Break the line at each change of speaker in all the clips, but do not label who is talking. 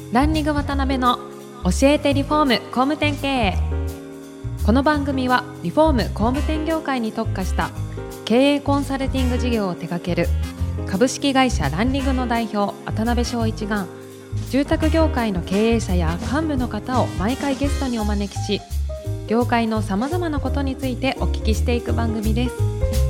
ランニング渡辺の教えてリフォーム工務店経営。この番組はリフォーム工務店業界に特化した経営コンサルティング事業を手掛ける株式会社ランリングの代表渡辺翔一が、住宅業界の経営者や幹部の方を毎回ゲストにお招きし、業界のさまざまなことについてお聞きしていく番組です。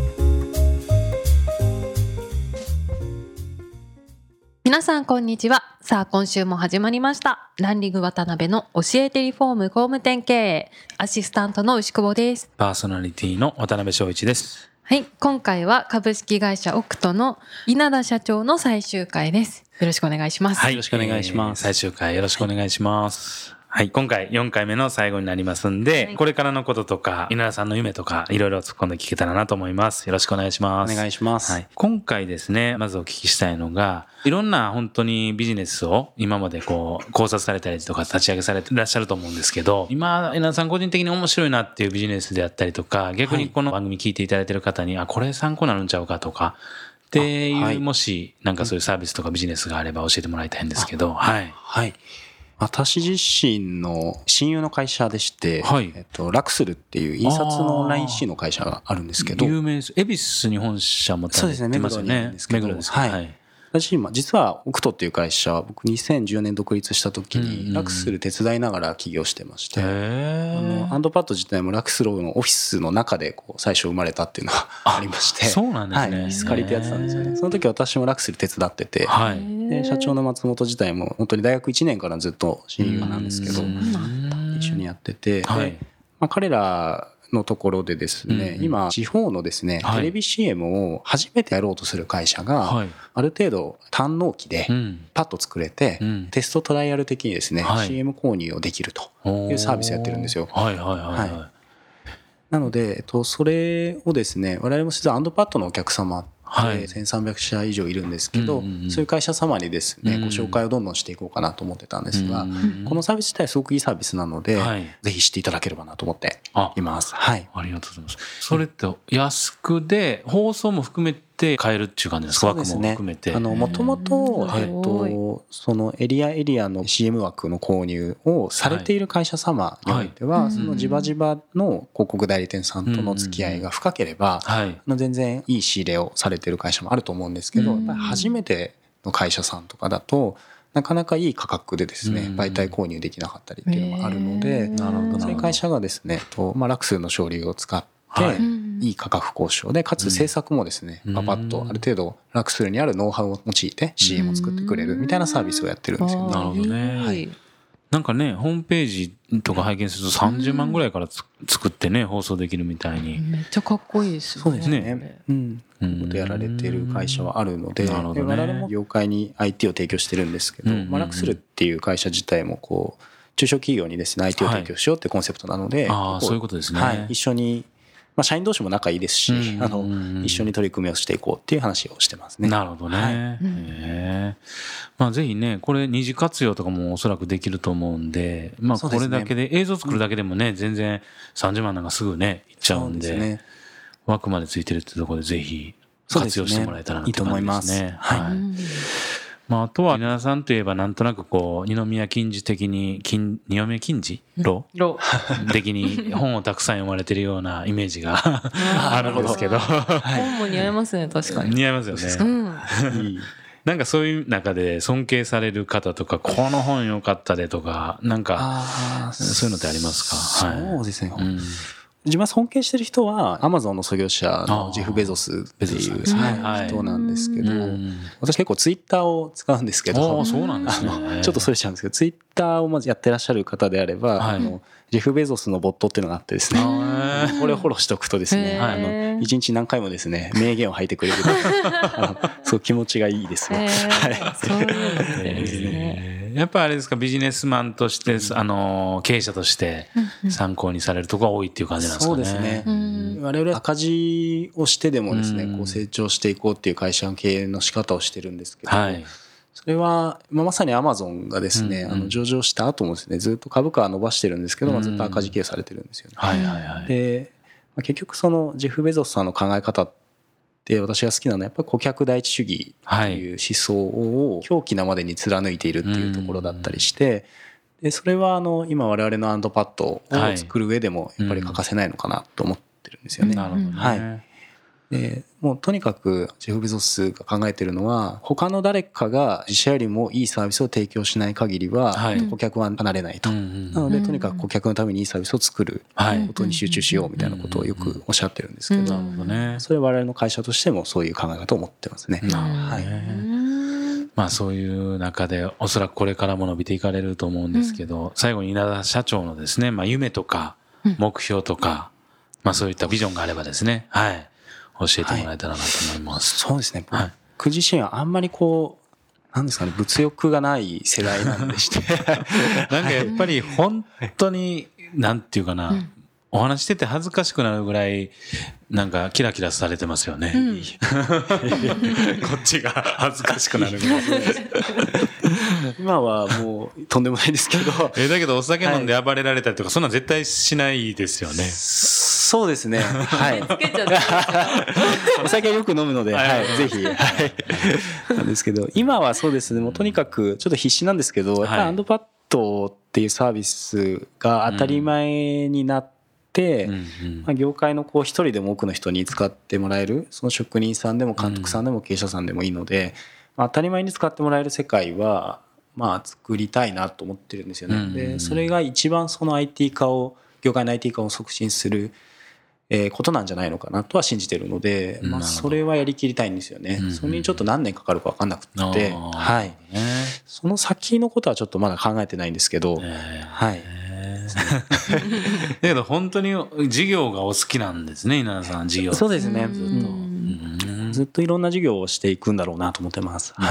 皆さんこんにちは。さあ今週も始まりましたランリング渡辺の教えてリフォーム工務店経営、アシスタントの牛久保です。
パーソナリティの渡辺翔一です。
はい、今回は株式会社オクトの稲田社長の最終回です。よろしくお願いします。
はい、
よろしくお願いします。
最終回よろしくお願いします。はい、今回4回目の最後になりますんで、これからのこととか稲田さんの夢とかいろいろ突っ込んで聞けたらなと思います。よろしくお願いします。
お願いします。
はい、今回ですね、まずお聞きしたいのが、いろんな本当にビジネスを今まで考察されたりとか立ち上げされていらっしゃると思うんですけど、今稲田さん個人的に面白いなっていうビジネスであったりとか、逆にこの番組聞いていただいている方に、これ参考になるんちゃうかとかっていう、もしなんかそういうサービスとかビジネスがあれば教えてもらいたいんですけど。はい。
はい。私自身の親友の会社でして、
はい、
ラクスルっていう印刷の LINE-C の会社があるんですけど、
有名です。恵比寿に本社も立ててますよね。
目黒ですけど、はい。私今実はオクトっていう会社、僕2014年独立した時にラクスル手伝いながら起業してまして、アンドパッド自体もラクスルのオフィスの中で最初生まれたっていうのがありまして、
そうなんですね。
はい、オフィス借りてやってたんですよね。その時私もラクスル手伝ってて、
はい、
で社長の松本自体も本当に大学1年からずっと親友なんですけど、一緒にやってて、
はい、
彼らのところでですね、今地方のですね、テレビ CM を初めてやろうとする会社が、ある程度単納期でパッと作れて、テストトライアル的にですね、CM 購入をできるというサービスをやってるんですよ。なのでそれをですね、我々も実はアンドパッドのお客様1300社以上いるんですけど、そういう会社様にですね、ご紹介をどんどんしていこうかなと思ってたんですが、このサービス自体すごくいいサービスなので、ぜひ知っていただければなと思っています。はい。
ありがとうございます。それって安くで放送も含めて買えるっていう感じですか？枠も含めて。
もともとそのエリアの CM 枠の購入をされている会社様においては、そのジバジバの広告代理店さんとの付き合いが深ければ、全然いい仕入れをされている会社もあると思うんですけど、やっぱり初めての会社さんとかだとなかなかいい価格でですね、媒体購入できなかったりっていうのもあるので、そういう会社がですね、ラクスの省流を使っていい価格交渉で、かつ制作もですね、パパッとある程度ラクスにあるノウハウを用いて CM を作ってくれるみたいなサービスをやってるんですよね。
なるほどね。はい。なんかね、ホームページとか拝見すると30万ぐらいから作ってね、放送できるみたいに。
めっちゃかっこいいですね。
そうですね。ことやられてる会社はあるので、我々も業界に IT を提供してるんですけど、ラクスルっていう会社自体も中小企業にですね IT を提供しようってコンセプトなので、
そういうことですね。
はい、一緒に社員同士も仲いいですし、一緒に取り組みをしていこうっていう話をしてますね。
なるほどね。ぜひね、これ二次活用とかもおそらくできると思うんで、これだけで映像作るだけでもね、全然30万なんかすぐねいっちゃうんで、枠までついてるってところでぜひ活用してもらえたらなって感じですね。あとは稲田さんといえばなんとなく二宮金次的に二宮金次郎的に本をたくさん読まれてるようなイメージがあるんですけど、
本も似合いますね。確かに
似合いますよね。なんかそういう中で尊敬される方とか、この本良かったでとか、なんかそういうのってありますか？
そうですね。自分は尊敬してる人はアマゾンの創業者のジェフ・ベゾスっていう人なんですけど、私結構ツイッターを使うんですけど、
そうなんですね。
ちょっとそれしちゃうんですけど、ツイッターをまずやってらっしゃる方であれば、ジェフ・ベゾスのボットっていうのがあってですね、これをフォローしておくとですね、一日何回もですね名言を吐いてくれるそう気持ちがいいですよ。
そういうのですね。
やっぱあれですか、ビジネスマンとして経営者として参考にされるところが多いっていう感じなんですかね。
そうですね。我々赤字をしてでもですね、成長していこうっていう会社の経営の仕方をしてるんですけど、それはまさにアマゾンがですね、上場した後もですね、ずっと株価は伸ばしてるんですけど、ずっと赤字経営されてるんですよね。で結局そのジェフ・ベゾスさんの考え方っで私が好きなのはやっぱり顧客第一主義っていう思想を狂気なまでに貫いているっていうところだったりして、でそれは今我々のアンドパッドを作る上でもやっぱり欠かせないのかなと思ってるんですよね。
なるほどね。
はい。でもうとにかくジェフ・ベゾスが考えているのは、他の誰かが自社よりもいいサービスを提供しない限りは顧客は離れないと、なのでとにかく顧客のためにいいサービスを作ることに集中しようみたいなことをよくおっしゃってるんですけど、それは我々の会社としてもそういう考え方を持ってますね。はい。
まあそういう中でおそらくこれからも伸びていかれると思うんですけど、最後に稲田社長のですね、まあ夢とか目標とか、まあそういったビジョンがあればですね、はい、教えてもらえたらなと思います。
そうですね。僕自身はあんまりなんですかね、物欲がない世代なんでして
なんかやっぱり本当になんていうかな、お話してて恥ずかしくなるぐらいなんかキラキラされてますよね。こっちが恥ずかしくなるぐらい。
今はもうとんでもないですけど。
だけどお酒飲んで暴れられたりとか、そんなん絶対しないですよね。
そうですね。はい。お酒よく飲むので、はい、ぜひ。はい。なんですけど、今はそうですね。もうとにかくちょっと必死なんですけど、やっぱりアンドパッドっていうサービスが当たり前になって、業界の一人でも多くの人に使ってもらえる、その職人さんでも監督さんでも経営者さんでもいいので、当たり前に使ってもらえる世界は作りたいなと思ってるんですよね。でそれが一番その IT 化を、業界の IT 化を促進することなんじゃないのかなとは信じてるので、それはやりきりたいんですよね。それにちょっと何年かかるか分かんなくて、はい、その先のことはちょっとまだ考えてないんですけど、はい。
だけど本当に事業がお好きなんですね、稲田さん。事業。
そうですね。ずっといろんな事業をしていくんだろうなと思ってます。はい。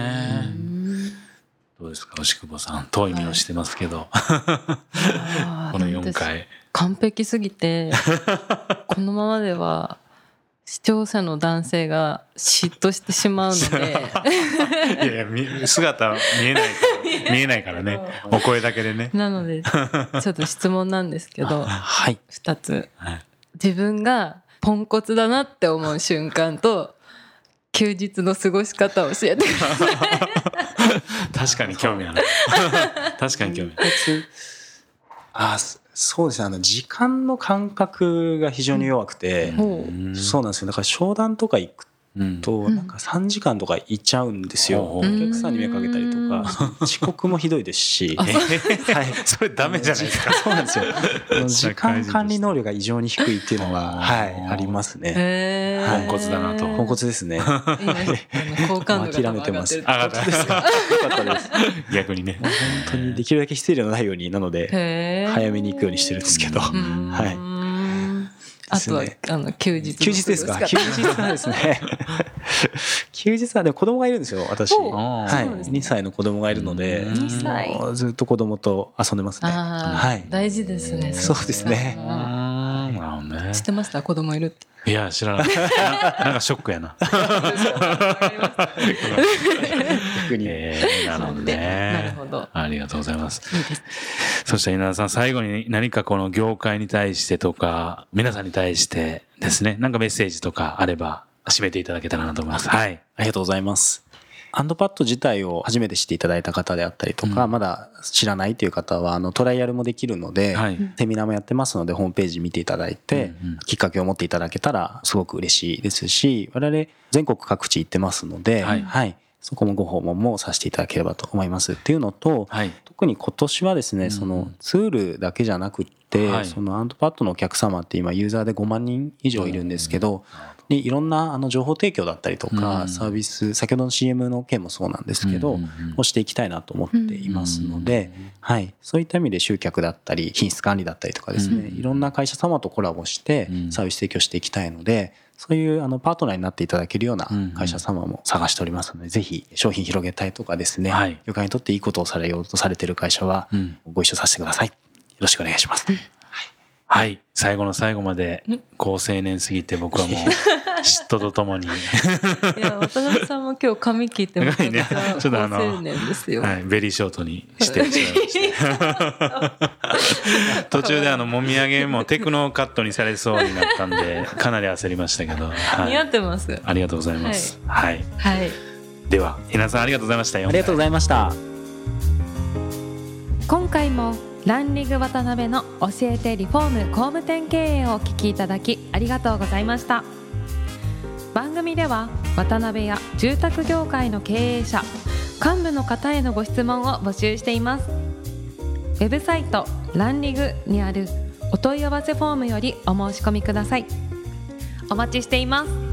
どうですか、牛久保さん。遠い目をしてますけど、この4回。
完璧すぎてこのままでは視聴者の男性が嫉妬してしまうので
いや姿見えないからね、お声だけでね。
なのでちょっと質問なんですけど、
はい、
2つ、自分がポンコツだなって思う瞬間と休日の過ごし方を教えてください。
確かに興味ある。確かに興味ある。
そうですね。時間の感覚が非常に弱くて、そうなんですよ。だから商談とか行くとなんか3時間とか行っちゃうんですよ。お客さんに迷惑かけたりとか、遅刻もひどいですし、はい、
それダメじゃないですか。
そうなんですよ。時間管理能力が異常に低いっていうのは、はい、ありますね。
ポンコツだなと。
ポンコツですね。
好感度が
諦めてます。
上がってる。
よかったです。
逆にね。
本当にできるだけ失礼のないようになので、早めに行くようにしてるんですけど、はい。
あとは休日
ですか。休日はですね。休日はでも子供がいるんですよ、私。はい。2歳の子供がいるので、ずっと子供と遊んでますね。はい。
大事ですね。
そうですね。
知ってました？子供いるって。
いや知らない。なんかショックやな。逆に。なるほどね。
なるほど。
ありがとうございます。そして稲田さん、最後に何かこの業界に対してとか皆さんに対してですね、なんかメッセージとかあれば締めていただけたらなと思います。はい。
ありがとうございます。アンドパッド自体を初めて知っていただいた方であったりとか、まだ知らないという方はトライアルもできるので、セミナーもやってますのでホームページ見ていただいて、きっかけを持っていただけたらすごく嬉しいですし、我々全国各地行ってますので、そこもご訪問もさせていただければと思いますっていうのと、特に今年はですね、そのツールだけじゃなくって、そのアンドパッドのお客様って今ユーザーで5万人以上いるんですけど、でいろんな情報提供だったりとかサービス、先ほどの CM の件もそうなんですけど、をしていきたいなと思っていますので、そういった意味で集客だったり品質管理だったりとかですね、いろんな会社様とコラボしてサービス提供していきたいので、そういうパートナーになっていただけるような会社様も探しておりますので、ぜひ商品広げたいとかですね、業界にとっていいことをされようとされている会社はご一緒させてください。よろしくお願いします。
はい、最後の最後まで高青年すぎて僕はもう嫉妬とともに
いや渡辺さんも今日髪切ってめちゃくちゃ
ちょっと
高青年ですよ、
はい、ベリーショートにしてしまいました途中でもみあげもテクノカットにされそうになったんでかなり焦りましたけど、はい、
似合ってます。
ありがとうございます。はい、
はい、
では皆さんありがとうございました。
ありがとうございました。
今回もランリング渡辺の教えてリフォーム工務店経営をお聞きいただきありがとうございました。番組では渡辺や住宅業界の経営者、幹部の方へのご質問を募集しています。ウェブサイトランリグにあるお問い合わせフォームよりお申し込みください。お待ちしています。